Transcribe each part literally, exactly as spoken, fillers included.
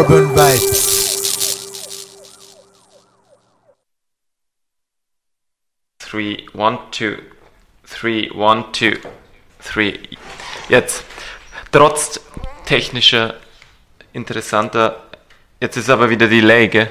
Urban Vibes. Three, one, two, three, one, two, three. Jetzt, trotz technischer, interessanter, jetzt ist aber wieder Delay, gell?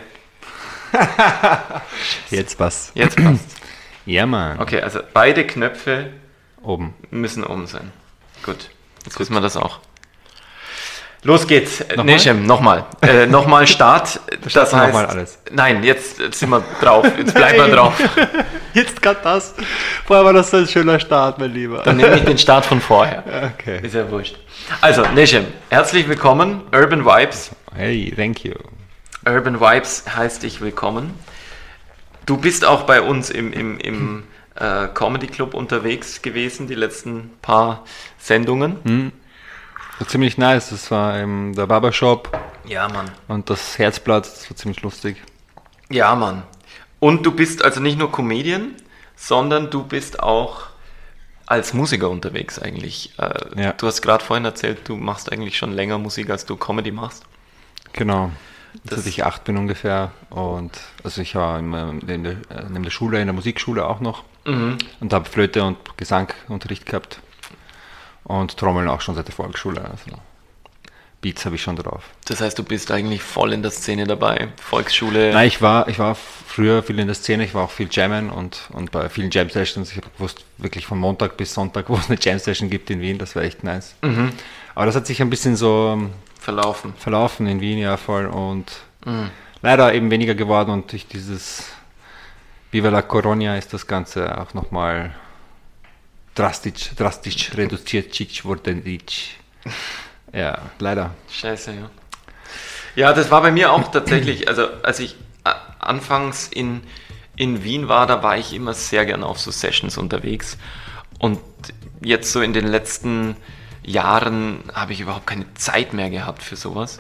Jetzt passt. Jetzt passt. Ja, Mann. Okay, also beide Knöpfe Oben. müssen oben sein. Gut, jetzt wissen wir das auch. Los geht's. Nochmal? Nechem, nochmal. Äh, nochmal Start. Das heißt, nochmal alles. Nein, jetzt sind wir drauf. Jetzt bleiben wir drauf. Jetzt gerade das. Vorher war das so ein schöner Start, mein Lieber. Dann nehme ich den Start von vorher. Okay. Ist ja wurscht. Also, Nechem, herzlich willkommen. Urban Vibes. Hey, thank you. Urban Vibes heißt dich willkommen. Du bist auch bei uns im, im, im äh, Comedy Club unterwegs gewesen, die letzten paar Sendungen. Hm. War ziemlich nice. Das war ähm, der Barbershop Ja, Mann. und das Herzblatt. Das war ziemlich lustig. Ja, Mann. Und du bist also nicht nur Comedian, sondern du bist auch als Musiker unterwegs eigentlich. Äh, Ja. Du hast gerade vorhin erzählt, du machst eigentlich schon länger Musik, als du Comedy machst. Genau. Das- Seit ich acht bin ungefähr. Und also ich war immer in der, äh, neben der Schule, in der Musikschule auch noch. Mhm. Und habe Flöte und Gesangunterricht gehabt. Und Trommeln auch schon seit der Volksschule. Also Beats habe ich schon drauf. Das heißt, du bist eigentlich voll in der Szene dabei. Volksschule. Nein, ich war, ich war früher viel in der Szene, ich war auch viel Jammen und, und bei vielen Jam-Sessions. Ich habe gewusst, wirklich von Montag bis Sonntag, wo es eine Jam-Session gibt in Wien, das war echt nice. Mhm. Aber das hat sich ein bisschen so ähm, Verlaufen. verlaufen in Wien, ja voll. Und Mhm. leider eben weniger geworden und durch dieses Viva la Coronia ist das Ganze auch nochmal drastisch, drastisch reduziert worden. Ja, leider. Scheiße, ja. Ja, das war bei mir auch tatsächlich, also als ich a- anfangs in, in Wien war, da war ich immer sehr gerne auf so Sessions unterwegs. Und jetzt so in den letzten Jahren habe ich überhaupt keine Zeit mehr gehabt für sowas.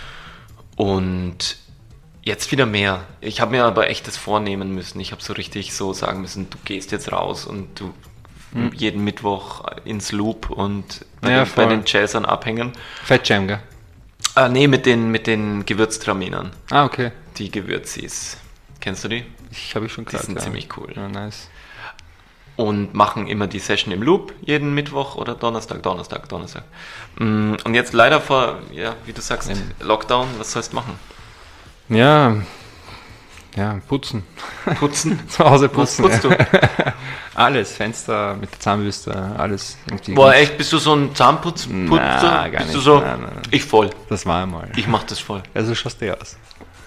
Und jetzt wieder mehr. Ich habe mir aber echt das vornehmen müssen. Ich habe so richtig so sagen müssen, du gehst jetzt raus und du jeden Mittwoch ins Loop und bei, Ja, den, bei voll. den Jazzern abhängen. Fat Jam, gell? Ah, nee, mit den, mit den Gewürztraminern. Ah, okay. Die Gewürzis. Kennst du die? Ich habe ich schon Die gehört. sind ja. ziemlich cool. Ja, nice. Und machen immer die Session im Loop, jeden Mittwoch oder Donnerstag, Donnerstag, Donnerstag. Mm, Und jetzt leider vor, ja, wie du sagst, Im- Lockdown, was sollst du machen? Ja, ja, putzen. Putzen? Zu Hause Was putzen. putzt du? Alles, Fenster mit der Zahnbürste, alles. Irgendwie. Boah, echt, bist du so ein Zahnputzputzer? Na, gar bist du nicht. so? Nein, nein, nein. Ich voll. Das war einmal. Ich mach das voll. Also schaust du aus.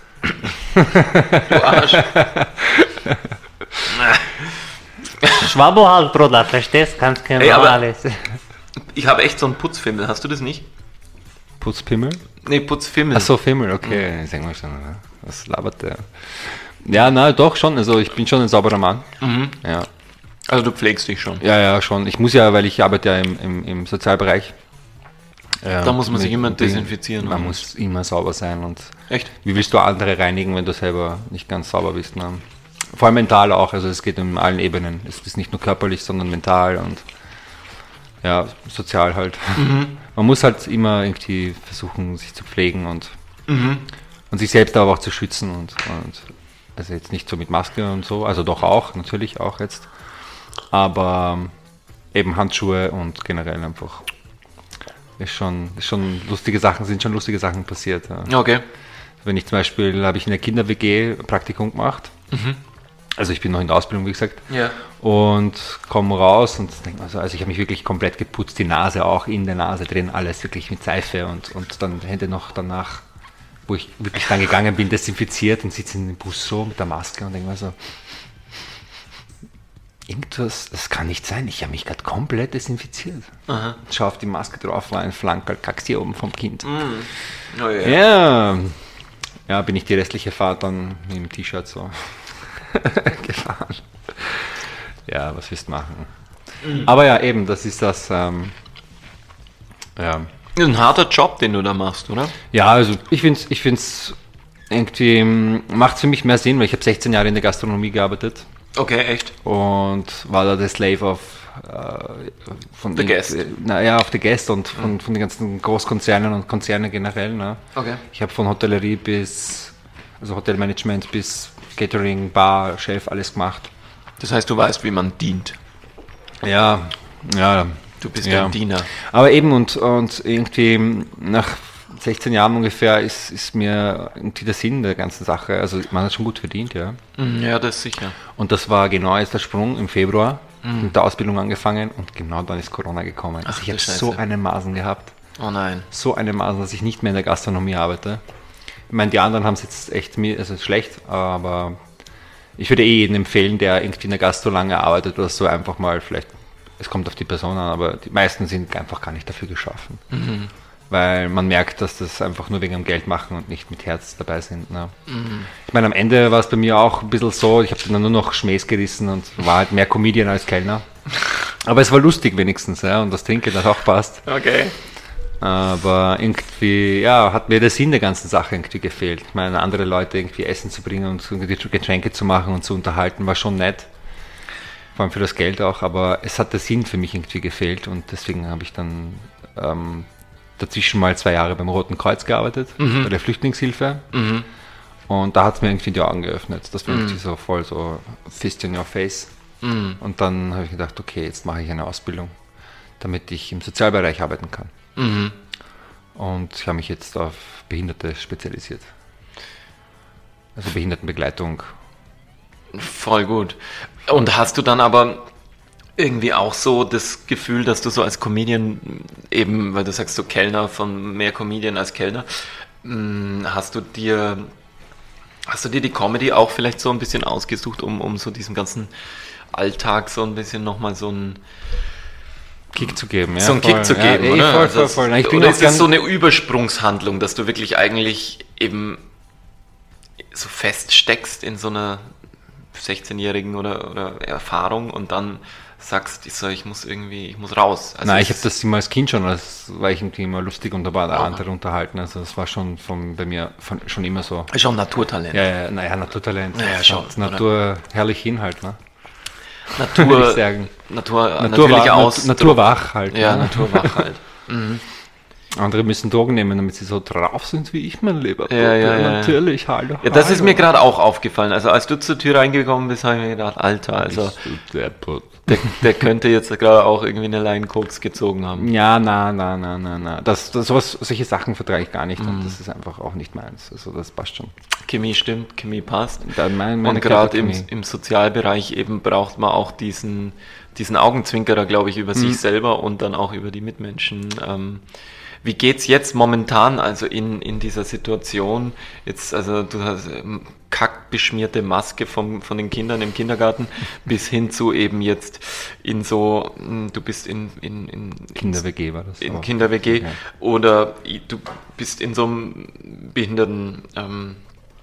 Du Arsch. Schwabo halt, Bruder, verstehst? Kannst kein Ey, aber- alles. Ich habe echt so einen Putzfimmel. Hast du das nicht? Putzpimmel? Nee, Putzfimmel. Ach so, Fimmel, okay. Ich denke mal schon, oder? Was labert der? Ja, na doch schon. Also ich bin schon ein sauberer Mann. Mhm. Ja. Also du pflegst dich schon. Ja, ja, schon. Ich muss ja, weil ich arbeite ja im, im, im Sozialbereich. Ja, Da muss man sich mit- immer mit- desinfizieren, Man oder? muss immer sauber sein und Echt? wie willst du andere reinigen, wenn du selber nicht ganz sauber bist? Ne? Vor allem mental auch, also es geht um allen Ebenen. Es ist nicht nur körperlich, sondern mental und ja, sozial halt. Mhm. Man muss halt immer irgendwie versuchen, sich zu pflegen und, Mhm. und sich selbst aber auch zu schützen und, und also jetzt nicht so mit Maske und so, also doch auch, natürlich auch jetzt, aber eben Handschuhe und generell einfach ist schon, ist schon lustige Sachen, sind schon lustige Sachen passiert. Ja. Okay. Wenn ich zum Beispiel, habe ich in der Kinder-W G Praktikum gemacht. Also ich bin noch in der Ausbildung, wie gesagt. Ja. Und komme raus und denke mir so, also ich habe mich wirklich komplett geputzt, die Nase auch in der Nase drin, alles wirklich mit Seife und, und dann Hände noch danach, wo ich wirklich dann gegangen bin, desinfiziert und sitze in dem Bus so mit der Maske und denke mir so, irgendwas, das kann nicht sein, ich habe mich gerade komplett desinfiziert. Aha. Schau auf die Maske drauf, war ein Flankerl, kackst hier oben vom Kind. Oh, ja. Ja, ja, bin ich die restliche Fahrt dann mit dem T-Shirt so gefahren. Ja, was willst du machen? Aber ja, eben, das ist das. Ähm, ja. Das ist ein harter Job, den du da machst, oder? ja, also ich finde es ich find's irgendwie, macht es für mich mehr Sinn, weil ich habe sechzehn Jahre in der Gastronomie gearbeitet Okay, echt? Und war da der Slave auf äh, von The Guest. Naja, auf The Guest und von, mhm. von den ganzen Großkonzernen und Konzernen generell. Ne? Okay. Ich habe von Hotellerie bis, also Hotelmanagement bis Catering, Bar, Chef, alles gemacht. Das heißt, du weißt, wie man dient. Ja, ja. Du bist ja ein Diener. Aber eben und, und irgendwie nach sechzehn Jahren ungefähr ist, ist mir irgendwie der Sinn der ganzen Sache. Also man hat schon gut verdient, ja. Ja, das ist sicher. Und das war genau jetzt der Sprung im Februar, mhm. mit der Ausbildung angefangen und genau dann ist Corona gekommen. Ach, also ich habe so eine Masen gehabt. Oh nein. So eine Masen, dass ich nicht mehr in der Gastronomie arbeite. Ich meine, die anderen haben es jetzt echt also schlecht, aber ich würde eh jedem empfehlen, der irgendwie in der Gastro lange arbeitet oder so, einfach mal vielleicht, es kommt auf die Person an, aber die meisten sind einfach gar nicht dafür geschaffen. Mhm. Weil man merkt, dass das einfach nur wegen dem Geld machen und nicht mit Herz dabei sind. Ne? Mhm. Ich meine, am Ende war es bei mir auch ein bisschen so, ich habe dann nur noch Schmähs gerissen und war halt mehr Comedian als Kellner. Aber es war lustig wenigstens, ja, und das Trinken hat auch passt. Okay. Aber irgendwie, ja, hat mir der Sinn der ganzen Sache irgendwie gefehlt. Ich meine, andere Leute irgendwie Essen zu bringen und Getränke zu machen und zu unterhalten, war schon nett. Vor allem für das Geld auch, aber es hat der Sinn für mich irgendwie gefehlt und deswegen habe ich dann ähm, dazwischen mal zwei Jahre beim Roten Kreuz gearbeitet, mhm. bei der Flüchtlingshilfe. Mhm. Und da hat es mir irgendwie die Augen geöffnet. Das war mhm. irgendwie so voll so Fist in your face. Mhm. Und dann habe ich gedacht, okay, jetzt mache ich eine Ausbildung, damit ich im Sozialbereich arbeiten kann. Mhm. Und ich habe mich jetzt auf Behinderte spezialisiert. Also Behindertenbegleitung. Voll gut. Und hast du dann aber irgendwie auch so das Gefühl, dass du so als Comedian eben, weil du sagst so Kellner von mehr Comedian als Kellner, hast du dir hast du dir die Comedy auch vielleicht so ein bisschen ausgesucht, um, um so diesem ganzen Alltag so ein bisschen nochmal so einen Kick zu geben, ja. So einen voll. Kick zu ja, geben, ey, oder? Voll, voll, voll. Ich bin oder ist es so eine Übersprungshandlung, dass du wirklich eigentlich eben so feststeckst in so einer sechzehnjährigen oder, oder Erfahrung und dann sagst, ich, so, ich muss irgendwie, ich muss raus. Also Nein, ich habe das immer als Kind schon, als war ich irgendwie immer lustig und da war der oh. andere unterhalten. Also das war schon von, bei mir von, schon immer so. Schon Naturtalent. Ja, ja, naja, Naturtalent. Naja, schon. Natur, oder? Herrlich Inhalt, ne? Natur, ich sagen. Natur, Natur natürlicher Ausdruck. Naturwach halt. Ja, ne? Naturwach halt. Mhm. Andere müssen Drogen nehmen, damit sie so drauf sind wie ich, mein Lieber. Ja, ja, ja, natürlich, hallo. Ja, das hallo. ist mir gerade auch aufgefallen. Also als du zur Tür reingekommen bist, habe ich mir gedacht, Alter, also der, der könnte jetzt gerade auch irgendwie eine Line Koks gezogen haben. Ja, na, na, na, na, na. Das, das, sowas, solche Sachen vertrage ich gar nicht mm. und das ist einfach auch nicht meins. Also das passt schon. Chemie stimmt, Chemie passt. Dann mein, und gerade im, im Sozialbereich eben braucht man auch diesen, diesen Augenzwinkerer, glaube ich, über mm. sich selber und dann auch über die Mitmenschen. Ähm, Wie geht's jetzt momentan, also in, in dieser Situation? Jetzt, also du hast ähm, kackbeschmierte Maske vom, von den Kindern im Kindergarten bis hin zu eben jetzt in so, du bist in, in, in Kinder-W G war das. In Kinder-W G ja. Oder du bist in so einem Behinderten, ähm,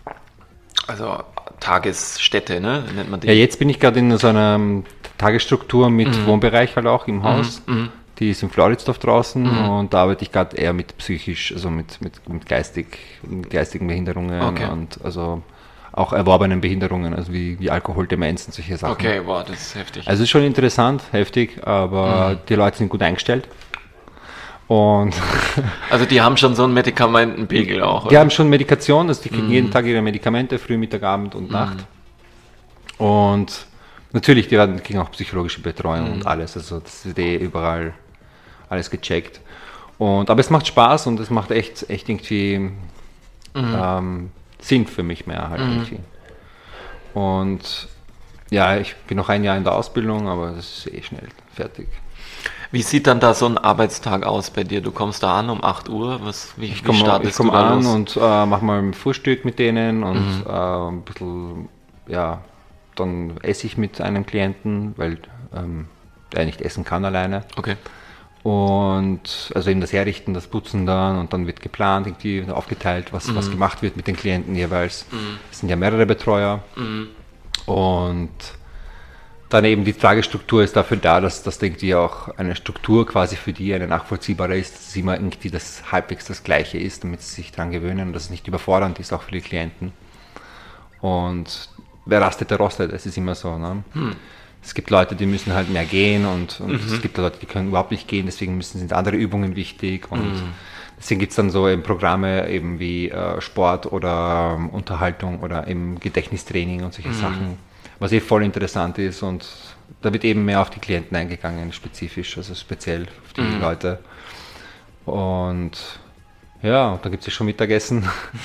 also Tagesstätte, ne? Nennt man die. Ja, jetzt bin ich gerade in so einer Tagesstruktur mit mhm. Wohnbereich halt auch im Haus. Mhm. Die ist in Floridsdorf draußen mhm. und da arbeite ich gerade eher mit psychisch, also mit, mit, mit geistig, mit geistigen Behinderungen okay. und also auch erworbenen Behinderungen, also wie, wie Alkoholdemenz und solche Sachen. Okay, wow, das ist heftig. Also ist schon interessant, heftig, aber mhm. die Leute sind gut eingestellt. Und also die haben schon so einen Medikamentenpegel auch, Die oder? haben schon Medikation, also die kriegen mhm. jeden Tag ihre Medikamente, Früh, Mittag, Abend und Nacht. Mhm. Und natürlich, die werden, kriegen auch psychologische Betreuung mhm. und alles, also das ist eh überall alles gecheckt. Und, aber es macht Spaß und es macht echt, echt irgendwie mhm. ähm, Sinn für mich mehr halt mhm. irgendwie. Und ja, ich bin noch ein Jahr in der Ausbildung, aber das ist eh schnell fertig. Wie sieht dann da so ein Arbeitstag aus bei dir? Du kommst da an um acht Uhr, was, wie, ich wie startest ich komm du da an los? Und äh, mache mal ein Frühstück mit denen und mhm. äh, ein bisschen, ja, dann esse ich mit einem Klienten, weil ähm, der nicht essen kann alleine. Okay. Und also eben das Herrichten, das Putzen dann und dann wird geplant, irgendwie aufgeteilt, was, mhm. was gemacht wird mit den Klienten jeweils. Mhm. Es sind ja mehrere Betreuer. Mhm. Und dann eben die Tagesstruktur ist dafür da, dass das irgendwie auch eine Struktur quasi für die eine nachvollziehbare ist, dass es immer irgendwie das halbwegs das Gleiche ist, damit sie sich daran gewöhnen und dass es nicht überfordernd ist, auch für die Klienten. Und wer rastet, der rostet, es ist immer so. Ne? Hm. Es gibt Leute, die müssen halt mehr gehen und, und Mhm. es gibt Leute, die können überhaupt nicht gehen, deswegen müssen sind andere Übungen wichtig und Mhm. deswegen gibt es dann so eben Programme eben wie äh, Sport oder ähm, Unterhaltung oder eben Gedächtnistraining und solche Mhm. Sachen, was eh voll interessant ist und da wird eben mehr auf die Klienten eingegangen, spezifisch, also speziell auf die Mhm. Leute. Und ja, und dann gibt es ja schon Mittagessen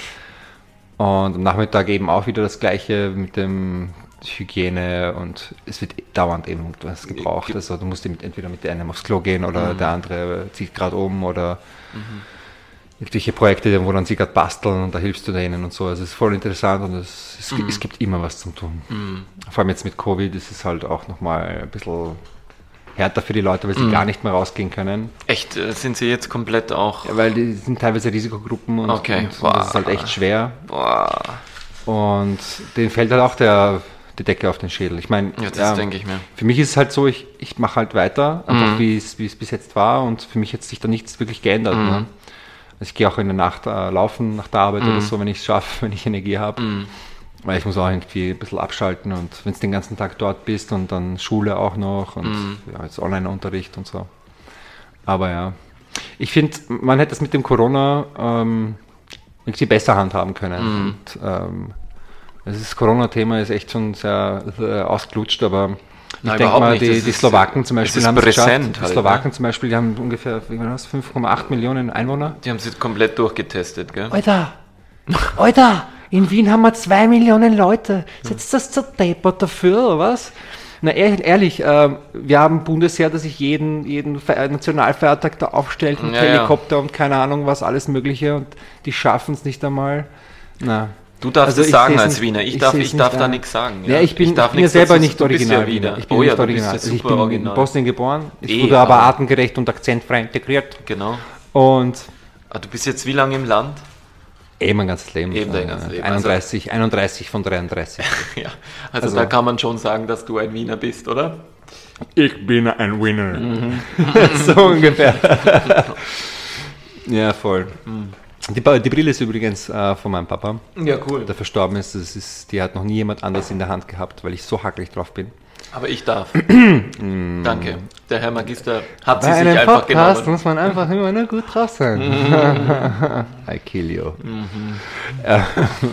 und am Nachmittag eben auch wieder das Gleiche mit dem Hygiene und es wird dauernd eben was gebraucht. Also du musst eben entweder mit einem aufs Klo gehen oder Mhm. der andere zieht gerade um oder irgendwelche Projekte, wo dann sie gerade basteln und da hilfst du denen und so. Also es ist voll interessant und es, es, gibt, es gibt immer was zum tun. Mhm. Vor allem jetzt mit Covid ist es halt auch nochmal ein bisschen härter für die Leute, weil sie Mhm. gar nicht mehr rausgehen können. Echt, äh, sind sie jetzt komplett auch... Ja, weil die sind teilweise Risikogruppen und, Okay. und, und das ist halt Boah. echt schwer. Boah, Und denen fällt halt auch der, die Decke auf den Schädel. Ich meine, ja, das ja, denke ich mir. für mich ist es halt so, ich, ich mache halt weiter, einfach Mhm. wie es wie es bis jetzt war und für mich hat sich da nichts wirklich geändert. Mhm. Ne? Also ich gehe auch in der Nacht äh, laufen nach der Arbeit Mhm. oder so, wenn ich es schaffe, wenn ich Energie habe. Mhm. Weil ich muss auch irgendwie ein bisschen abschalten und wenn du den ganzen Tag dort bist und dann Schule auch noch und Mhm. ja, jetzt Online-Unterricht und so. Aber ja, ich finde, man hätte das mit dem Corona ähm, irgendwie besser handhaben können. Mhm. Und, ähm, das ist- Corona-Thema ist echt schon sehr äh, ausgelutscht, aber ich Nein, denke überhaupt mal, nicht. die, Das die ist- Slowaken zum es Beispiel ist haben es geschafft. präsent Die halt, Slowaken ne? zum Beispiel, die haben ungefähr wie war das, fünf Komma acht Millionen Einwohner. Die haben sie komplett durchgetestet, gell? Alter, Alter, in Wien haben wir zwei Millionen Leute. Setzt das zerdeppert dafür, oder was? Na ehrlich, ehrlich ähm, wir haben ein Bundesheer, das sich jeden, jeden Fe- Nationalfeiertag da aufstellt mit Ja, ja. Helikopter und keine Ahnung was, alles mögliche und die schaffen es nicht einmal. Na. Du darfst Also es ich sagen seh's als nicht- Wiener. Ich ich darf, seh's ich darf nicht da ein. nichts sagen. Ja, ich bin, ich darf ich bin ja nichts selber dazu- nicht du bist original. ja Wiener. Ich bin Oh nicht ja, du original. bist ja Also ich super bin original. in Bosnien geboren, ich Eh, wurde aber aber- artengerecht und akzentfrei integriert. Genau. Und Ah, du bist jetzt wie lange im Land? eben mein ganzes Leben. Eben dein Äh, ganzes Leben. einunddreißig, einunddreißig von dreiunddreißig. Ja. Also, Also- da kann man schon sagen, dass du ein Wiener bist, oder? Ich bin ein Winner. Mhm. So ungefähr. Ja, voll. Die, Ba- die Brille ist übrigens äh, von meinem Papa, Ja, cool. der verstorben ist. Das ist. Die hat noch nie jemand anders in der Hand gehabt, weil ich so hackelig drauf bin. Aber ich darf. Danke. Der Herr Magister hat sie Bei sich einem einfach Podcast genommen. muss man einfach immer nur gut drauf sein. I kill you. Äh,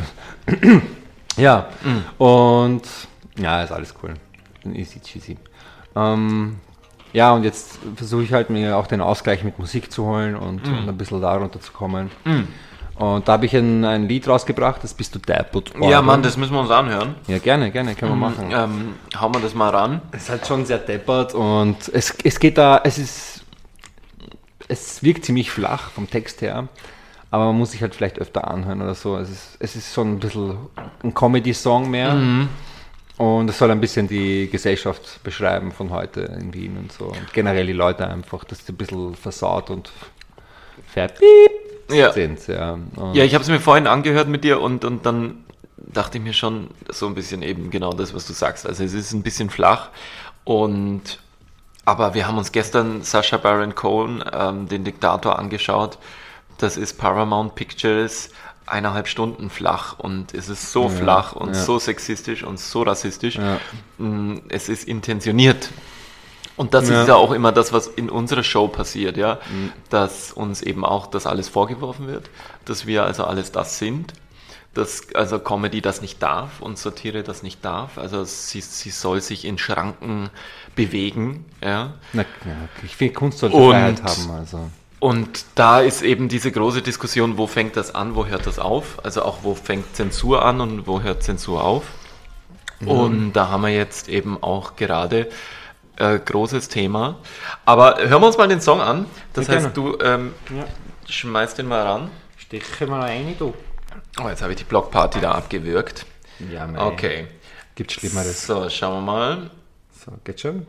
ja, und ja, ist alles cool. Easy cheesy. Ähm, ja, und jetzt versuche ich halt mir auch den Ausgleich mit Musik zu holen und, und ein bisschen da runterzukommen. Und da habe ich ein, ein Lied rausgebracht, das bist du deppert. Ja, Mann, das müssen wir uns anhören. Ja, gerne, gerne, können wir machen. Ähm, hauen wir das mal ran. Es ist halt schon sehr deppert und es, es geht da, es ist, es wirkt ziemlich flach vom Text her, aber man muss sich halt vielleicht öfter anhören oder so. Es ist, es ist schon ein bisschen ein Comedy-Song mehr und es soll ein bisschen die Gesellschaft beschreiben von heute in Wien und so und generell die Leute einfach, dass sie ein bisschen versaut und verpiept Ja. sind. Ja, und Ja, ich habe es mir vorhin angehört mit dir und, und dann dachte ich mir schon so ein bisschen eben genau das, was du sagst. Also es ist ein bisschen flach und aber wir haben uns gestern Sacha Baron Cohen, ähm, den Diktator, angeschaut. Das ist Paramount Pictures, eineinhalb Stunden flach und es ist so Ja, flach und ja. so sexistisch und so rassistisch. Ja. Mm, Es ist intentioniert. Und das Ja. ist ja auch immer das, was in unserer Show passiert, ja, dass uns eben auch das alles vorgeworfen wird, dass wir also alles das sind, dass also Comedy das nicht darf und Satire das nicht darf, also sie, sie soll sich in Schranken bewegen, ja. Na, ja, ich finde, Kunst sollte Und- Freiheit haben. Also. Und da ist eben diese große Diskussion, wo fängt das an, wo hört das auf? Also auch wo fängt Zensur an und wo hört Zensur auf? Und da haben wir jetzt eben auch gerade äh, großes Thema. Aber hören wir uns mal den Song an. Das Ja, heißt, du ähm, Ja. schmeißt den mal ran. Steche mal rein, du. Oh, jetzt habe ich die Blockparty da abgewürgt. Ja, mei. Okay. Gibt Schlimmeres. So, schauen wir mal. So, geht schon?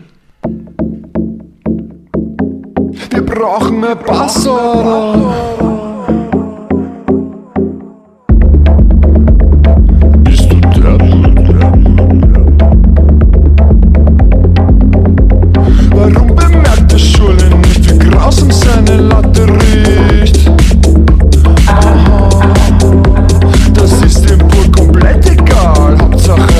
Wir brauchen mehr Wasser. Bist du deppert? Warum bemerkt die Schule nicht, wie grausam seine Latte riecht? Aha, das ist dem wohl komplett egal. Hauptsache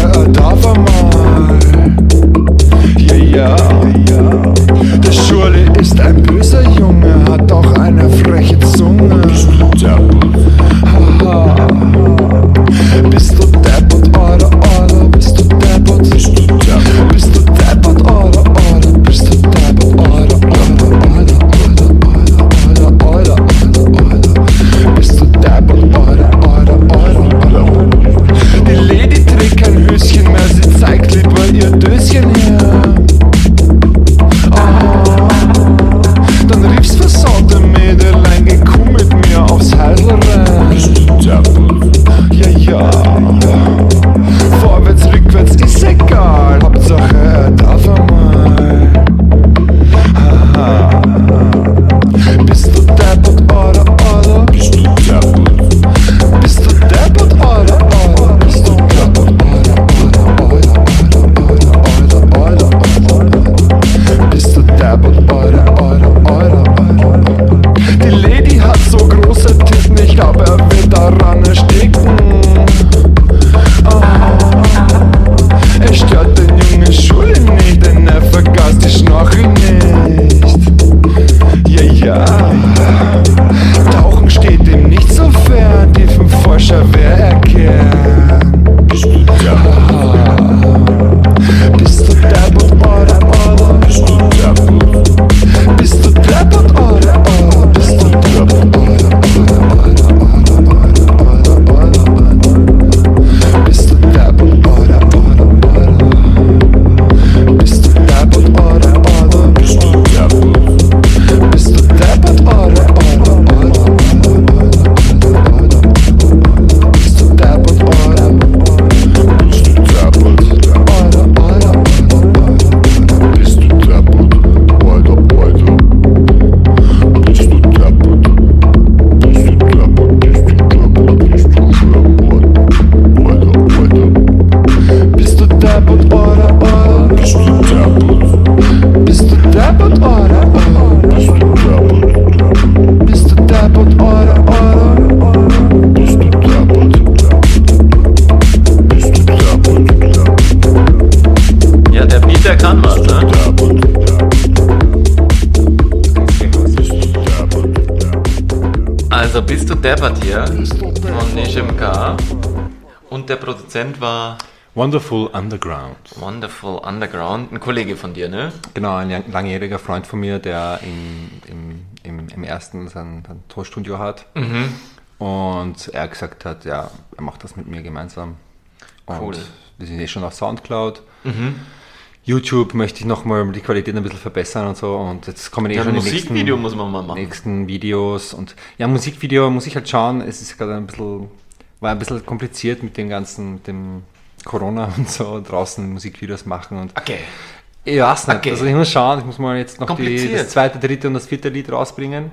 dann was, ne? Also bist du deppert hier von Nishem K. Und der Produzent war Wonderful Underground. Wonderful Underground, ein Kollege von dir, ne? Genau, ein lang- langjähriger Freund von mir, der in, im, im, im ersten sein, sein Tonstudio hat. Mhm. Und er gesagt hat, ja, er macht das mit mir gemeinsam. Und Cool. wir sind eh schon auf Soundcloud. Mhm. YouTube möchte ich nochmal die Qualität ein bisschen verbessern und so. Und jetzt kommen eh Ja, schon ein die Musikvideo nächsten, muss man mal machen. nächsten Videos. Und ja, Musikvideo muss ich halt schauen. Es ist gerade ein bisschen, war ein bisschen kompliziert mit dem ganzen, mit dem Corona und so, draußen Musikvideos machen. Und Okay. ich weiß nicht. Okay. Also ich muss schauen, ich muss mal jetzt noch die, Kompliziert. das zweite, dritte und das vierte Lied rausbringen.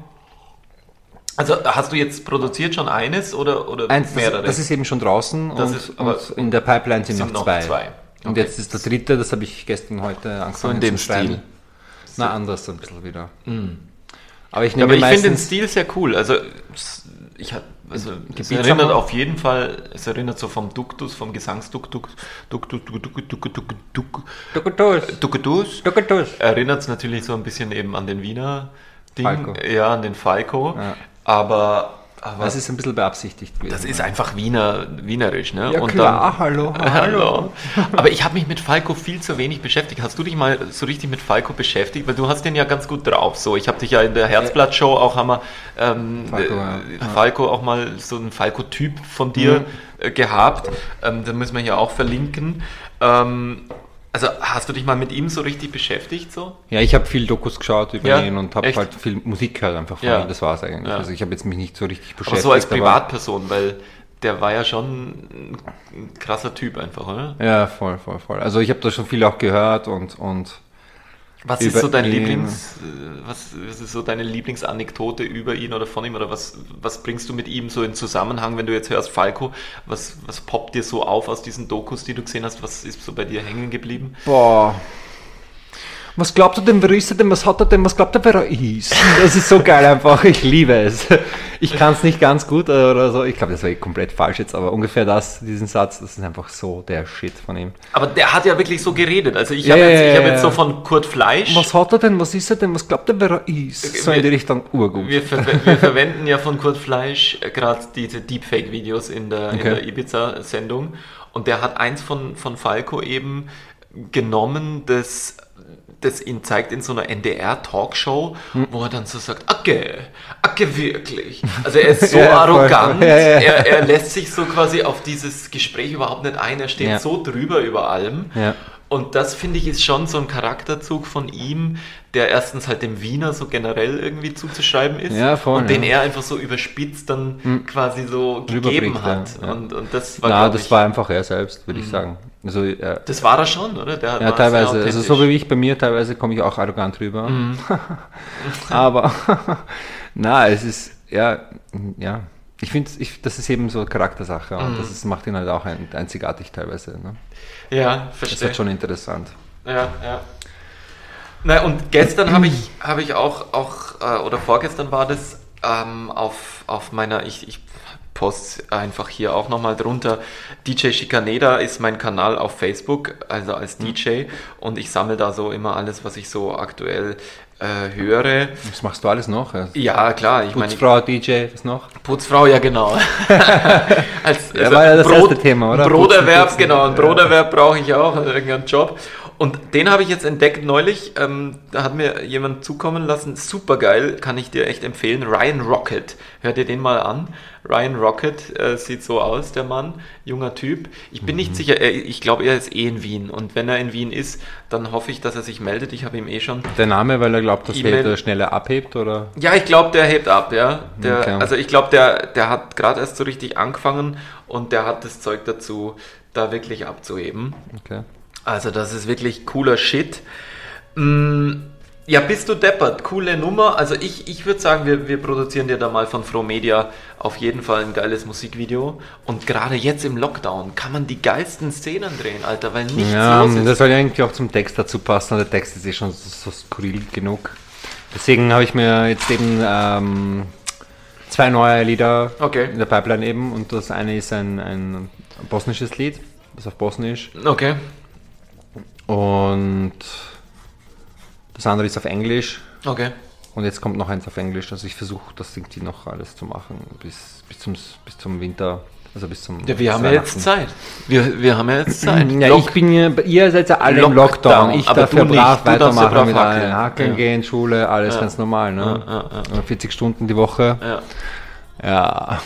Also hast du jetzt produziert schon eines oder, oder Eins, mehrere? das, das ist eben schon draußen Das und, ist- aber und in der Pipeline sind, sind noch noch zwei. zwei. Und Okay. jetzt ist der dritte, das habe ich gestern, heute angefangen So in dem zu schreiben. Stil. Na, anders ein bisschen wieder. Aber ich Ja, nehme aber ich finde den meistens... Stil sehr cool. Also, es- ich hab, also es Gebietshammer? erinnert auf jeden Fall, es erinnert so vom Duktus, vom Gesangsduktus, Duktus, Duktus, Duktus, Duktus, Dukatus. Duktus. Dukatus. Erinnert es natürlich so ein bisschen eben an den Wiener Ding, Falco. ja, an den Falco. Ja. Aber, aber Das ist ein bisschen beabsichtigt gewesen. das ist einfach Wiener, wienerisch, ne? Ja, Und klar, dann, hallo, Hallo. Aber ich habe mich mit Falco viel zu wenig beschäftigt. Hast du dich mal so richtig mit Falco beschäftigt? Weil du hast den ja ganz gut drauf. So, ich habe dich ja in der Herzblatt-Show auch haben wir ähm, Falco, äh, ja. Falco auch mal so einen Falco-Typ von dir Mhm. äh, gehabt. Ähm, den müssen wir hier auch verlinken. Ähm, also hast du dich mal mit ihm so richtig beschäftigt? So? Ja, ich habe viel Dokus geschaut über Ja, ihn und habe echt? halt viel Musik gehört einfach von Ja. ihm. Das war es eigentlich. Ja. Also ich habe jetzt mich nicht so richtig Aber beschäftigt. so als aber- Privatperson, weil der war ja schon ein krasser Typ einfach, oder? Ja, voll, voll, voll. Also ich habe da schon viel auch gehört und... und Was ist Über so dein ihn. Lieblings, äh, was, was ist so deine Lieblingsanekdote über ihn oder von ihm oder was, was bringst du mit ihm so in Zusammenhang, wenn du jetzt hörst Falco, was, was poppt dir so auf aus diesen Dokus, die du gesehen hast, was ist so bei dir hängen geblieben? Boah. Was glaubt er denn, wer ist er denn, was hat er denn, was glaubt er, wer er ist? Das ist so geil einfach, ich liebe es. Ich kann es nicht ganz gut oder so, ich glaube, das war eh komplett falsch jetzt, aber ungefähr das, diesen Satz, das ist einfach so der Shit von ihm. Aber der hat ja wirklich so geredet, also ich Ja, habe ja, jetzt, ich ja, hab ja. jetzt so von Kurt Fleisch, Was hat er denn, was ist er denn, was glaubt er, wer er ist? So in die Richtung, urgut. wir, ver wir verwenden ja von Kurt Fleisch äh, gerade diese Deepfake-Videos in der, in Okay. der Ibiza-Sendung und der hat eins von, von Falco eben genommen, das, das ihn zeigt in so einer N D R-Talkshow, Hm. wo er dann so sagt, Acke, Acke wirklich. Also er ist so Ja, voll, arrogant, voll. Ja, ja. Er, er lässt sich so quasi auf dieses Gespräch überhaupt nicht ein, er steht Ja. so drüber über allem. Ja. Und das, finde ich, ist schon so ein Charakterzug von ihm, der erstens halt dem Wiener so generell irgendwie zuzuschreiben ist Ja, voll, und den ja. er einfach so überspitzt dann quasi so gegeben Rüberbringt, hat. ja, ja. Und, und das war, Na, glaub das ich, war einfach er selbst, würde ich sagen. Also, äh, das war er schon, oder? Der ja, war teilweise, sehr also authentisch. so wie ich bei mir, teilweise komme ich auch arrogant rüber. Aber, na, es ist, ja, ja. Ich finde, ich, das ist eben so eine Charaktersache und das ist, macht ihn halt auch ein, einzigartig teilweise. Ne? Ja, Das ist verstehe. halt schon interessant. Ja, ja. Na, und gestern habe ich, habe ich auch, auch äh, oder vorgestern war das, ähm, auf, auf meiner, ich, ich poste einfach hier auch nochmal drunter, D J Schikaneda ist mein Kanal auf Facebook, also als D J, und ich sammle da so immer alles, was ich so aktuell äh, höre. Was machst du alles noch? Ja. Ja, klar, ich meine, Putzfrau, D J, was noch? Putzfrau, ja genau. Als, Ja, war ja das erste Thema, oder? Ein Broterwerb, Putzen, putzen. genau, ein Ja. Broterwerb brauche ich auch, also irgendeinen Job. Und den habe ich jetzt entdeckt neulich, ähm, da hat mir jemand zukommen lassen, super geil, kann ich dir echt empfehlen, Ryan Rocket, hör dir den mal an. Ryan Rocket äh, sieht so aus, der Mann, junger Typ. Ich bin Mhm. nicht sicher, er, ich glaube, er ist eh in Wien und wenn er in Wien ist, dann hoffe ich, dass er sich meldet, ich habe ihm eh schon Der Name, weil er glaubt, dass E-Mail. er schneller abhebt, oder? ja, ich glaube, der hebt ab, ja. Der, Okay. Also ich glaube, der, der hat gerade erst so richtig angefangen und der hat das Zeug dazu, da wirklich abzuheben. Okay. Also das ist wirklich cooler Shit. Mm, ja, bist du deppert, coole Nummer. Also ich, ich würde sagen, wir, wir produzieren dir da mal von Fro Media auf jeden Fall ein geiles Musikvideo. Und gerade jetzt im Lockdown kann man die geilsten Szenen drehen, Alter, weil nichts Ja, los ist. das soll ja eigentlich auch zum Text dazu passen, und der Text ist eh schon so, so skurril genug. Deswegen habe ich mir jetzt eben ähm, zwei neue Lieder Okay. in der Pipeline eben, und das eine ist ein, ein bosnisches Lied, das auf Bosnisch, Okay. und das andere ist auf Englisch. Okay. Und jetzt kommt noch eins auf Englisch. Also ich versuche das irgendwie noch alles zu machen bis, bis, zum, bis zum Winter. Also bis zum Ja, wir haben ja jetzt Zeit. Wir, wir haben ja jetzt Zeit. Ja, Lock- ich bin ja, ihr seid ja alle Lockdown, im Lockdown. Ich aber darf du ja nicht. brav Du darfst ja weitermachen brav mit hackeln. allen Hackeln Ja. gehen, Schule, alles Ja. ganz normal. Ne? Ja, ja, vierzig Stunden die Woche. ja. Ja.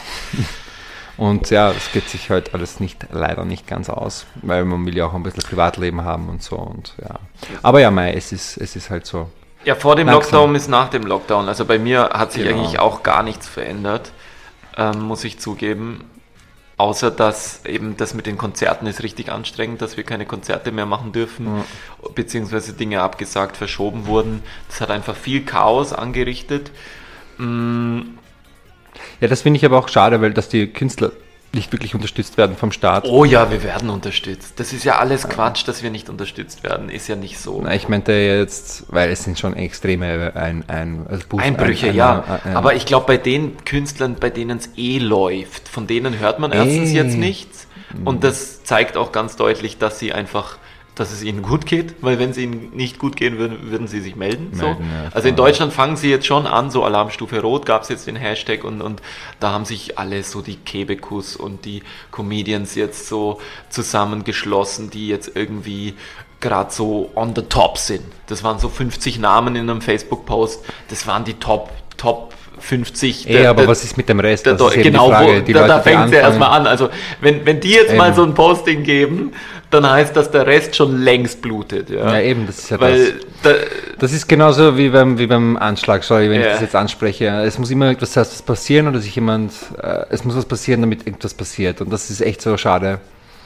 Und ja, es geht sich halt alles nicht, leider nicht ganz aus, weil man will ja auch ein bisschen Privatleben haben und so. Und ja. Aber ja, mei, es ist, es ist halt so. Ja, vor dem Langsam. Lockdown ist nach dem Lockdown. Also bei mir hat sich Genau. eigentlich auch gar nichts verändert, ähm, muss ich zugeben. Außer, dass eben das mit den Konzerten ist richtig anstrengend, dass wir keine Konzerte mehr machen dürfen, beziehungsweise Dinge abgesagt, verschoben wurden. Das hat einfach viel Chaos angerichtet. Mm, Ja, das finde ich aber auch schade, weil dass die Künstler nicht wirklich unterstützt werden vom Staat. Oh ja, wir werden unterstützt. Das ist ja alles Quatsch, dass wir nicht unterstützt werden. Ist ja nicht so. Na, ich meinte jetzt, weil es sind schon extreme ein, ein, also Boost- Einbrüche, ein, ein, ja. ein- ein- Aber ich glaube, bei den Künstlern, bei denen es eh läuft, von denen hört man erstens Eh. jetzt nichts. Und das zeigt auch ganz deutlich, dass sie einfach, dass es ihnen gut geht, weil wenn es ihnen nicht gut gehen würde, würden sie sich melden. So. Melden, ja, Also in voll. Deutschland fangen sie jetzt schon an, so Alarmstufe Rot gab es jetzt den Hashtag und, und da haben sich alle so die Kebekus und die Comedians jetzt so zusammengeschlossen, die jetzt irgendwie gerade so on the top sind. Das waren so fünfzig Namen in einem Facebook-Post, das waren die Top, Top fünfzig. Eh, aber was ist mit dem Rest? Der, Das ist eben genau, die Frage. wo, Die da, Leute, da die fängt es ja anfangen- erstmal an. Also wenn, wenn die jetzt Eben. mal so ein Posting geben, dann heißt das, der Rest schon längst blutet. Ja, Ja, eben, das ist ja Weil das. da, Das ist genauso wie beim, wie beim Anschlag, sorry, wenn Ja. ich das jetzt anspreche. Es muss immer etwas was passieren oder sich jemand, äh, es muss was passieren, damit irgendwas passiert. Und das ist echt so schade.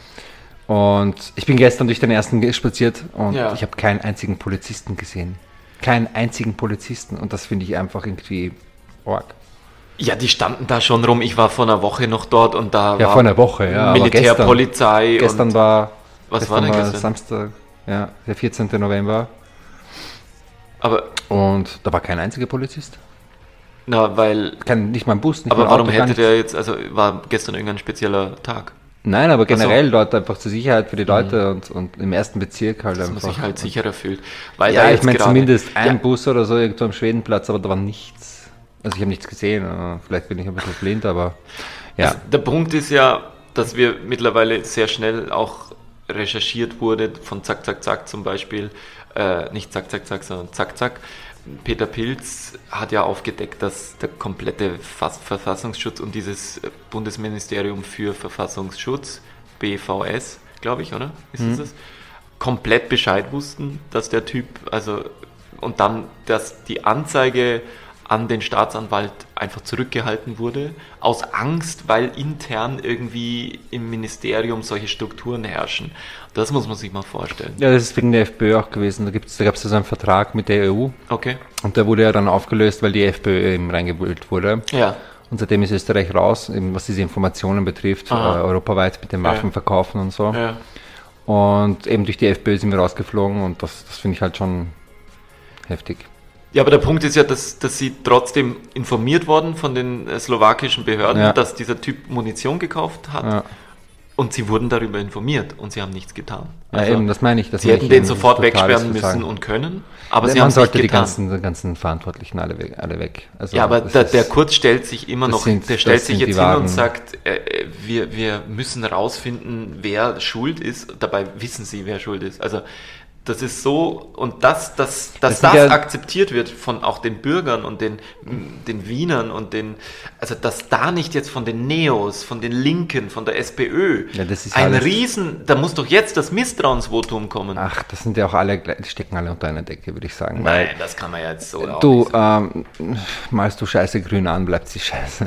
Und ich bin gestern durch den ersten ge- spaziert und Ja. ich habe keinen einzigen Polizisten gesehen. Keinen einzigen Polizisten. Und das finde ich einfach irgendwie arg. ja, die standen da schon rum. Ich war vor einer Woche noch dort und da Ja, war vor einer Woche, ja. aber Militär, gestern, Polizei. Gestern und war, was gestern war denn war gestern? Samstag, ja, der vierzehnten November. aber Und da war kein einziger Polizist. na, weil. Kein, nicht mal ein Bus, nicht Aber mal ein warum Auto, gar hätte nichts. der jetzt, also war gestern irgendein spezieller Tag? Nein, aber Ach so. generell dort einfach zur Sicherheit für die Leute und, und im ersten Bezirk halt Dass man einfach. sich halt sicherer fühlt. Weil Ja, da ich jetzt meine gerade- zumindest ein Ja, Bus oder so irgendwo am Schwedenplatz, aber da war nichts. Also ich habe nichts gesehen, äh, vielleicht bin ich ein bisschen blind, aber ja. Also der Punkt ist ja, dass wir mittlerweile sehr schnell auch recherchiert wurde von Zack, Zack, Zack zum Beispiel, äh, nicht Zack, Zack, Zack, sondern Zack, Zack. Peter Pilz hat ja aufgedeckt, dass der komplette Fass- Verfassungsschutz und dieses Bundesministerium für Verfassungsschutz, B V S, glaube ich, oder? Ist es das? Komplett Bescheid wussten, dass der Typ, also, und dann, dass die Anzeige an den Staatsanwalt einfach zurückgehalten wurde, aus Angst, weil intern irgendwie im Ministerium solche Strukturen herrschen. Das muss man sich mal vorstellen. Ja, das ist wegen der FPÖ auch gewesen. Da, gibt's, da gab es so einen Vertrag mit der E U Okay. und der wurde ja dann aufgelöst, weil die FPÖ eben reingewählt wurde. Ja. Und seitdem ist Österreich raus, eben was diese Informationen betrifft, äh, Aha. europaweit mit den Ja. Waffenverkaufen und so. Ja. Und eben durch die FPÖ sind wir rausgeflogen und das, das finde ich halt schon heftig. Ja, aber der Punkt ist ja, dass, dass sie trotzdem informiert worden von den äh, slowakischen Behörden, Ja. dass dieser Typ Munition gekauft hat Ja. und sie wurden darüber informiert und sie haben nichts getan. Ja, eben, das meine ich. Das sie meine hätten ich den eben, sofort totales wegsperren Versagen. müssen und können, aber sie Man haben es nicht sollte die getan. ganzen, die ganzen Verantwortlichen alle weg. Alle weg. Also Ja, aber das der, ist- der Kurz stellt sich immer das noch, sind- der stellt das sich sind jetzt die hin wahren- und sagt, äh, äh, wir, wir müssen rausfinden, wer schuld ist. Dabei wissen sie, wer schuld ist. Also das ist so, und das, das, dass Das das, sind ja- akzeptiert wird von auch den Bürgern und den, den Wienern und den, also dass da nicht jetzt von den Neos, von den Linken, von der SPÖ, Ja, das ist ein alles- Riesen, da muss doch jetzt das Misstrauensvotum kommen. Ach, das sind ja auch alle, gleich- die stecken alle unter einer Decke, würde ich sagen. Nein, das kann man ja jetzt so auch Du, nicht sagen. ähm, malst du Scheiße grün an, bleibt sie scheiße.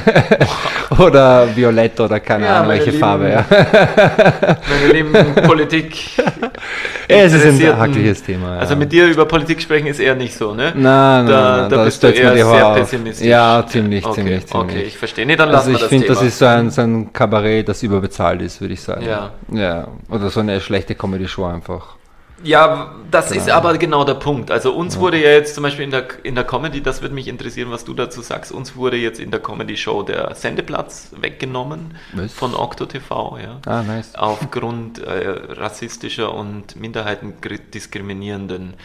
Oder violett oder keine Ja, Ahnung, meine welche Lieben. Farbe. Ja. Meine lieben Politik. Ja, es ist ein Interessierten- hackliches Thema. Ja. Also mit dir über Politik sprechen ist eher nicht so, ne? Nein, nein, da, nein, da da bist du stellt eher man die sehr Haare auf. pessimistisch. Ja, ziemlich, okay, ziemlich, ziemlich. Okay, ich verstehe. Nee, dann lassen Also wir ich das finde, das Thema. ist so ein, so ein Kabarett, das überbezahlt ist, würde ich sagen. Ja. Ja. Oder so eine schlechte Comedy-Show einfach. Ja, das ist aber genau der Punkt. Also uns wurde ja jetzt zum Beispiel in der, in der Comedy, das würde mich interessieren, was du dazu sagst, uns wurde jetzt in der Comedy-Show der Sendeplatz weggenommen Was? von Okto T V, ja. Ah, nice. Aufgrund äh, rassistischer und Minderheiten diskriminierenden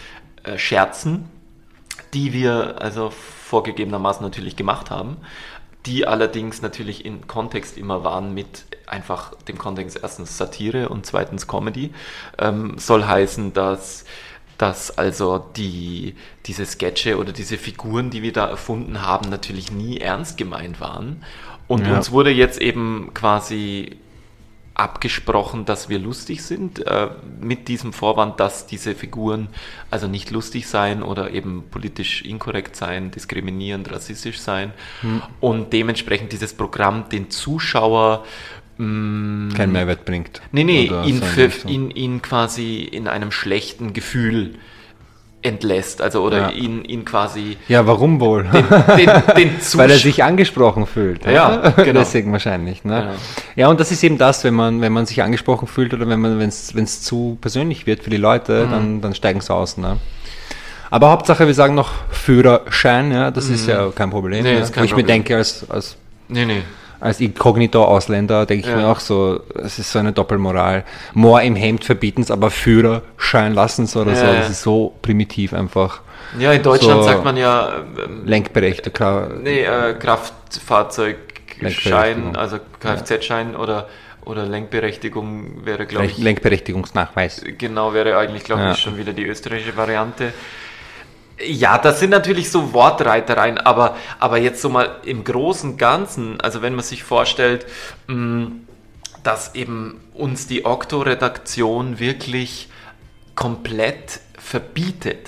äh, Scherzen, die wir also vorgegebenermaßen natürlich gemacht haben, die allerdings natürlich im Kontext immer waren mit einfach dem Kontext erstens Satire und zweitens Comedy. Ähm, soll heißen, dass, dass also die, diese Sketche oder diese Figuren, die wir da erfunden haben, natürlich nie ernst gemeint waren. Und Ja. uns wurde jetzt eben quasi abgesprochen, dass wir lustig sind, äh, mit diesem Vorwand, dass diese Figuren also nicht lustig seien oder eben politisch inkorrekt seien, diskriminierend, rassistisch seien Hm. und dementsprechend dieses Programm den Zuschauer mh, Kein Mehrwert bringt. nee, nee, Oder ihn, so in für, die Richtung. ihn, ihn quasi in einem schlechten Gefühl entlässt, also oder Ja. ihn, ihn quasi Ja, warum wohl? den, den, den Zuschauer... Weil er sich angesprochen fühlt. Ja, genau. Deswegen wahrscheinlich. Ne? Genau. Ja, und das ist eben das, wenn man, wenn man sich angesprochen fühlt oder wenn man, wenn es zu persönlich wird für die Leute, Mhm. dann, dann steigen sie aus. Ne? Aber Hauptsache, wir sagen noch Führerschein, ja, das ist ja kein Problem. Nee, ne? ist kein Wo ich Problem. mir denke, als, als, Nee, nee. als Inkognito-Ausländer, denke ich Ja. mir auch so, es ist so eine Doppelmoral. Moor im Hemd verbieten es, aber Führerschein lassen es oder Ja, so. ja. Das ist so primitiv einfach. Ja, in Deutschland So sagt man ja ähm, Lenkberechtigter. nee, äh, Kraftfahrzeugschein, Lenkberechtigung. also Kfz-Schein oder, oder Lenkberechtigung wäre, glaube ich, Lenkberechtigungsnachweis. genau, wäre eigentlich, glaube Ja. ich, schon wieder die österreichische Variante. Ja, das sind natürlich so Wortreitereien, aber, aber jetzt so mal im Großen und Ganzen, also wenn man sich vorstellt, mh, dass eben uns die Okto-Redaktion wirklich komplett verbietet.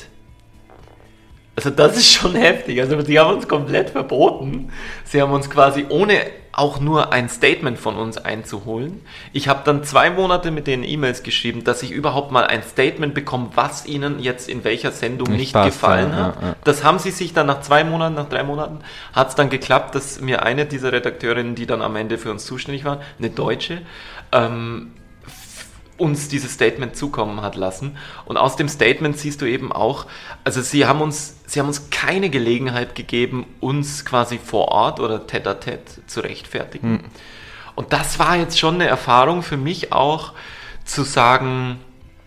Also das ist schon heftig. Also die haben uns komplett verboten. Sie haben uns quasi ohne auch nur ein Statement von uns einzuholen. Ich habe dann zwei Monate mit denen E-Mails geschrieben, dass ich überhaupt mal ein Statement bekomme, was ihnen jetzt in welcher Sendung Nicht nicht, passt, gefallen ja, hat. ja, ja. Das haben sie sich dann nach zwei Monaten, nach drei Monaten, hat es dann geklappt, dass mir eine dieser Redakteurinnen, die dann am Ende für uns zuständig war, eine Deutsche, ähm, uns dieses Statement zukommen hat lassen. Und aus dem Statement siehst du eben auch, also sie haben uns, sie haben uns keine Gelegenheit gegeben, uns quasi vor Ort oder tête-à-tête zu rechtfertigen. Und das war jetzt schon eine Erfahrung für mich auch, zu sagen,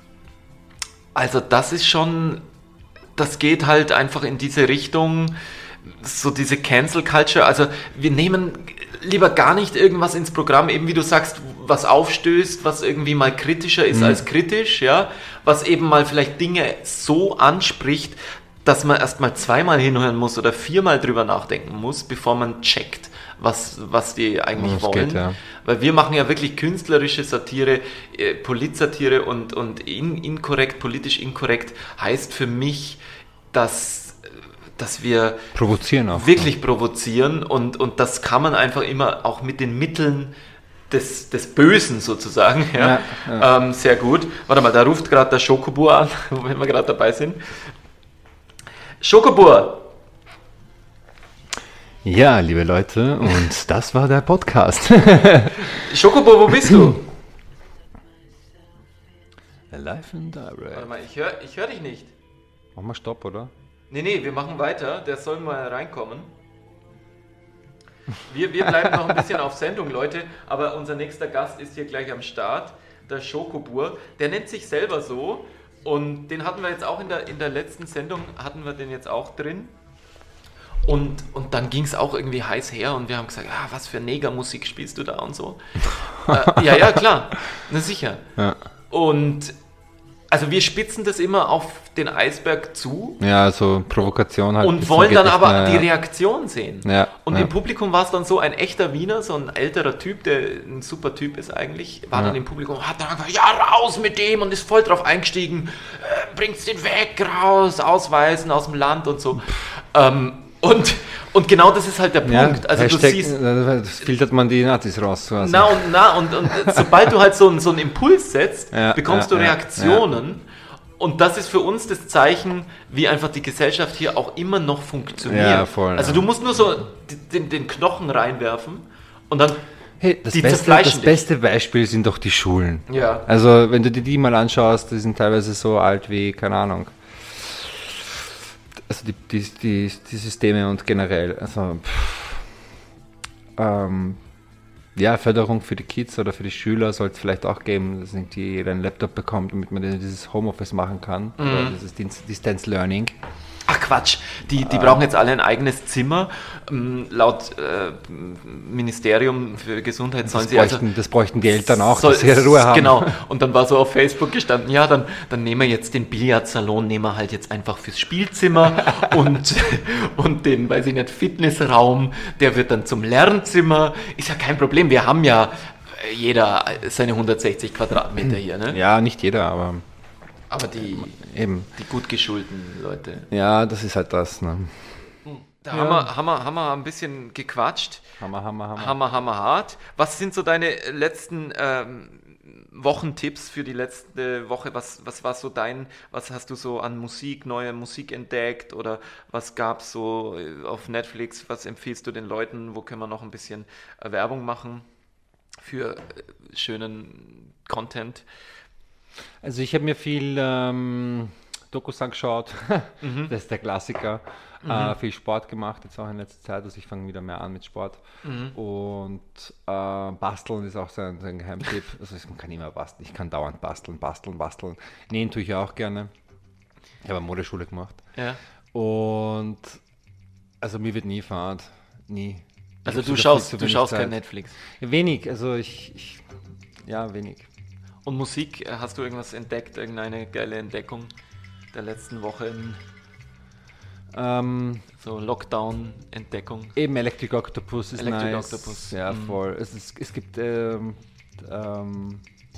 also das ist schon, das geht halt einfach in diese Richtung, so diese Cancel Culture, also wir nehmen lieber gar nicht irgendwas ins Programm, eben wie du sagst, was aufstößt, was irgendwie mal kritischer ist als kritisch, ja, was eben mal vielleicht Dinge so anspricht, dass man erst mal zweimal hinhören muss oder viermal drüber nachdenken muss, bevor man checkt, was, was die eigentlich Das wollen. geht, ja. Weil wir machen ja wirklich künstlerische Satire, äh, Politsatire und, und in, inkorrekt, politisch inkorrekt heißt für mich, dass dass wir Provozieren auch. wirklich provozieren und, und das kann man einfach immer auch mit den Mitteln des, des Bösen sozusagen, ja, Ja, Ähm, sehr gut. Warte mal, da ruft gerade der Schokobur an, wenn wir gerade dabei sind. Schokobur! Ja, liebe Leute, und das war der Podcast. Schokobur, wo bist du? Live and Warte direct. mal, ich höre ich hör dich nicht. Mach mal Stopp, oder? Nee, nee, wir machen weiter, der soll mal reinkommen. Wir, wir bleiben noch ein bisschen auf Sendung, Leute, aber unser nächster Gast ist hier gleich am Start, der Schokobur. Der nennt sich selber so und den hatten wir jetzt auch in der, in der letzten Sendung, hatten wir den jetzt auch drin. Und, und dann ging es auch irgendwie heiß her und wir haben gesagt, ah, was für Negermusik spielst du da und so. äh, ja, ja, klar, na sicher. Ja. Und also wir spitzen das immer auf den Eisberg zu Ja, also Provokation halt. und bis wollen zum dann geht aber nicht die mehr, Reaktion sehen. Ja, Und ja. im Publikum war es dann so ein echter Wiener, so ein älterer Typ, der ein super Typ ist eigentlich, war Ja. dann im Publikum, hat dann gesagt, ja, raus mit dem und ist voll drauf eingestiegen, äh, bringt's den weg, raus, ausweisen aus dem Land und so. ähm, und, und genau das ist halt der Ja, Punkt. Also Hashtag, du siehst, äh, filtert man die Nazis raus. Quasi. na und na und, und sobald du halt so, einen- so einen Impuls setzt, Ja, bekommst ja, du ja, Reaktionen. Und das ist für uns das Zeichen, wie einfach die Gesellschaft hier auch immer noch funktioniert. Ja, voll, also ja. du musst nur so den, den Knochen reinwerfen und dann, Hey, das, Die beste, zerfleischen das dich. beste Beispiel sind doch die Schulen. ja, Also, wenn du dir die mal anschaust, die sind teilweise so alt wie, keine Ahnung. Also, die, die, die, die Systeme und generell, also, pff, ähm, Ja, Förderung für die Kids oder für die Schüler soll es vielleicht auch geben, dass irgendwie jeder einen Laptop bekommt, damit man dieses Homeoffice machen kann. Mhm. Oder dieses Dis- Distance Learning. Ach Quatsch, die, die brauchen jetzt alle ein eigenes Zimmer. Ähm, laut äh, Ministerium für Gesundheit sollen Das sie also... bräuchten, das bräuchten die Eltern auch, soll- dass sie ihre Ruhe haben. Genau, und dann war so auf Facebook gestanden, ja, dann, dann nehmen wir jetzt den Billardsalon, nehmen wir halt jetzt einfach fürs Spielzimmer und, und den, weiß ich nicht, Fitnessraum, der wird dann zum Lernzimmer. Ist ja kein Problem, wir haben ja äh, jeder seine hundertsechzig Quadratmeter hier, ne? Ja, nicht jeder, aber Aber die, eben. die gut geschulten Leute. Ja, das ist halt das. Ne? Da haben, wir, haben, wir, haben wir ein bisschen gequatscht. Hammer, hammer, hammer. Hammer, hammer hart. Was sind so deine letzten ähm, Wochentipps für die letzte Woche? Was, was war so dein, was hast du so an Musik, neue Musik entdeckt oder was gab es so auf Netflix? Was empfiehlst du den Leuten? Wo können wir noch ein bisschen äh, Werbung machen für äh, schönen Content? Also ich habe mir viel ähm, Dokus angeschaut, das ist der Klassiker. Mhm. Äh, viel Sport gemacht, jetzt auch in letzter Zeit, also ich fange wieder mehr an mit Sport. Mhm. Und äh, Basteln ist auch so ein, so ein Geheimtipp. Also man kann immer basteln, ich kann dauernd basteln, basteln, basteln. Nähen tue ich auch gerne. Ich habe eine Modeschule gemacht. Ja. Und also mir wird nie Fahrt, nie. Also Ich du hab so schaust, viel zu du wenig schaust Zeit. kein Netflix. Wenig, also ich, ich ja, wenig. Und Musik, äh, hast du irgendwas entdeckt, irgendeine geile Entdeckung der letzten Wochen? Ähm, So Lockdown-Entdeckung. Eben Electric Octopus ist Electric nice. Octopus. Ja, Mhm. voll. Es, ist, es gibt ähm, ähm,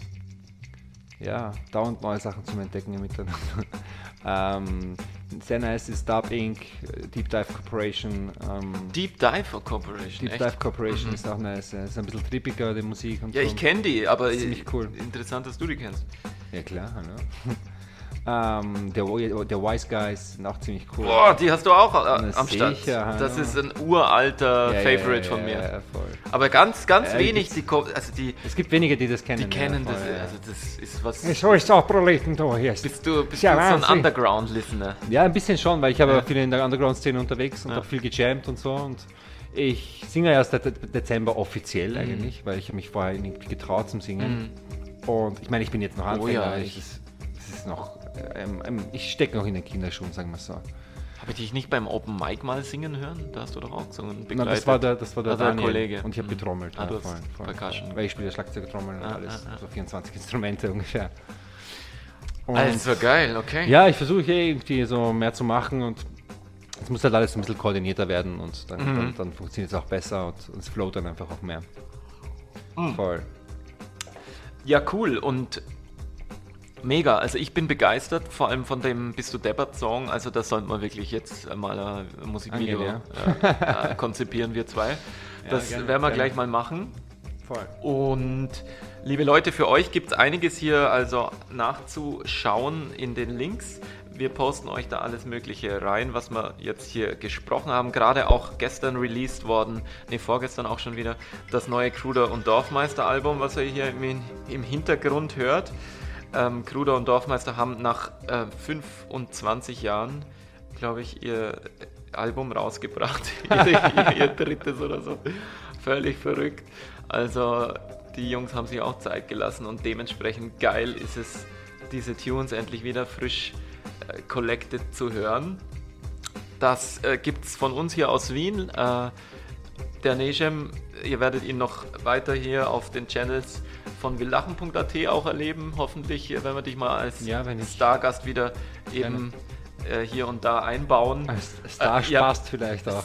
ja, dauernd neue Sachen zum Entdecken im Internet. ähm, sehr nice ist Dub Incorporated, Deep Dive Corporation. Ähm, Deep Dive Corporation, Deep echt? Dive Corporation ist auch nice. Ja. Ist ein bisschen trippiger, die Musik und Ja, so. ich kenne die, aber Ziemlich cool. interessant, dass du die kennst. Ja, klar, ne? ähm, der, der Wise Guys sind auch ziemlich cool. Boah, die hast du auch äh, Na, am Start. sicher, Das ja. ist ein uralter Ja, Favorite ja, von ja, mir. Ja, voll. Aber ganz, ganz Ja, wenig, gibt's- die, ko- also die, Es gibt wenige, die das kennen. die kennen ja, das. voll, ja. Also das ist was. So ist auch Proleten da hier. Bist du, bist Ja, du so ein Wahnsinn. Underground-Listener? Ja, ein bisschen schon, weil ich habe Ja. ja. viel in der Underground-Szene unterwegs und Ja. habe viel gejammt und so. Und ich singe erst seit De- Dezember offiziell eigentlich, weil ich habe mich vorher nicht getraut zum Singen. Und ich meine, ich bin jetzt noch Anfänger. ja, ich, ich- es, es ist noch, ähm, ähm, ich stecke noch in den Kinderschuhen, sagen wir so. Habe ich dich nicht beim Open Mic mal singen hören? Da hast du doch auch gesungen. Na, das war der, das war der, Ah, der Daniel. Kollege. Und ich habe Mhm. getrommelt. Ah, du hast voll, voll, Percussion. voll. Weil ich spiele Schlagzeug, Trommel und Ah, alles. ah, ah. So vierundzwanzig Instrumente ungefähr. Und Also geil, okay. ja, ich versuche eh irgendwie so mehr zu machen und es muss halt alles ein bisschen koordinierter werden und dann, Mhm. dann, dann funktioniert es auch besser und, und es float dann einfach auch mehr. Mhm. Voll. Ja, cool und mega. Also ich bin begeistert, vor allem von dem Bist du deppert Song. Also da sollten wir wirklich jetzt mal ein Musikvideo Angehen, äh, äh, konzipieren, wir zwei. Das gerne, werden wir gerne. gleich mal machen. Voll. Und liebe Leute, für euch gibt es einiges hier also nachzuschauen in den Links. Wir posten euch da alles Mögliche rein, was wir jetzt hier gesprochen haben. Gerade auch gestern released worden, ne, vorgestern auch schon wieder, das neue Kruder und Dorfmeister Album, was ihr hier im, im Hintergrund hört. Ähm, Kruder und Dorfmeister haben nach äh, fünfundzwanzig Jahren, glaube ich, ihr Album rausgebracht. ihr, ihr, ihr drittes oder so. Völlig verrückt. Also die Jungs haben sich auch Zeit gelassen und dementsprechend geil ist es, diese Tunes endlich wieder frisch äh, collected zu hören. Das äh, gibt es von uns hier aus Wien. Äh, der Nejem, ihr werdet ihn noch weiter hier auf den Channels von willachen punkt at auch erleben. Hoffentlich, äh, wenn wir dich mal als Ja, wenn ich- Stargast wieder eben äh, hier und da einbauen. Als Star Äh, ja. Spaß vielleicht auch.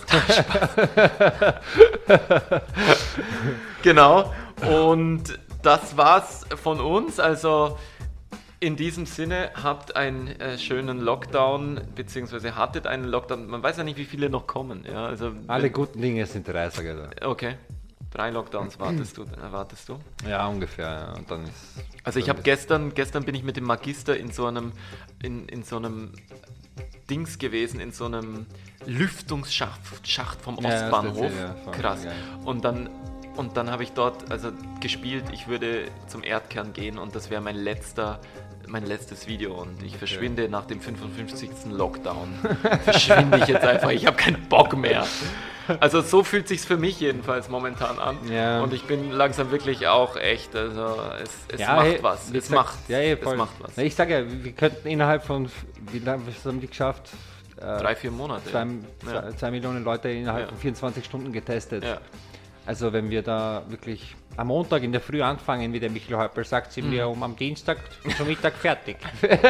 Genau. Und das war's von uns. Also in diesem Sinne, habt einen äh, schönen Lockdown, beziehungsweise hattet einen Lockdown. Man weiß ja nicht, wie viele noch kommen. Ja, also, Alle wenn- guten Dinge sind drei, sage ich da. Okay. Drei Lockdowns wartest du, erwartest du? Ja, ungefähr. Ja. Und dann ist. Also ich habe gestern, gestern bin ich mit dem Magister in so einem, in, in so einem Dings gewesen, in so einem Lüftungsschacht Schacht vom Ja, das Ostbahnhof. erzähl, ja, voll Krass. geil. Und dann, und dann habe ich dort also gespielt, ich würde zum Erdkern gehen und das wäre mein letzter mein letztes Video und ich verschwinde nach dem fünfundfünfzigsten Lockdown. Verschwinde ich jetzt einfach, ich habe keinen Bock mehr. Also so fühlt sich's für mich jedenfalls momentan an. Ja. Und ich bin langsam wirklich auch echt, also es, es Ja, macht hey, was. wie Es gesagt, macht, ja, ja, es voll. macht was. Na, ich sage ja, wir könnten innerhalb von, wie lange was haben die geschafft? Äh, Drei, vier Monate. Zwei, Ja. zwei, zwei Millionen Leute innerhalb Ja. von vierundzwanzig Stunden getestet. Ja. Also wenn wir da wirklich am Montag in der Früh anfangen, wie der Michael Häupl sagt, sind wir um am Dienstag zum Mittag fertig.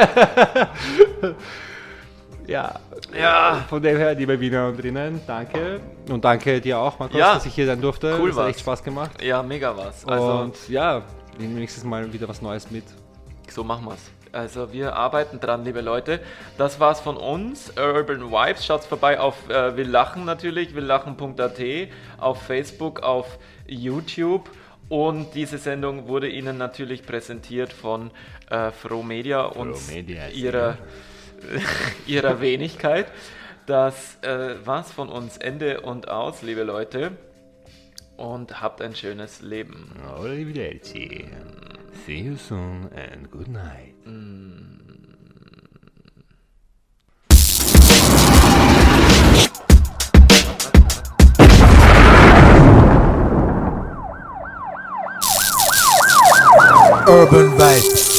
ja. Ja. Von dem her, liebe Wiener und Rinnen, danke. Und danke dir auch, Markus, Ja. dass ich hier sein durfte. Cool das hat war's. echt Spaß gemacht. Ja, mega was. Also Und ja, nächstes Mal wieder was Neues mit. so machen wir's. Also wir arbeiten dran, liebe Leute. Das war's von uns, Urban Vibes. Schaut vorbei auf äh, Wir lachen natürlich, wir lachen punkt a t, auf Facebook, auf YouTube. Und diese Sendung wurde Ihnen natürlich präsentiert von äh, Froh Media und Media, ihrer, ihrer Wenigkeit. Das äh, war's von uns. Ende und aus, liebe Leute. Und habt ein schönes Leben. Arrivederci. See you soon and good night. Urban Vibes.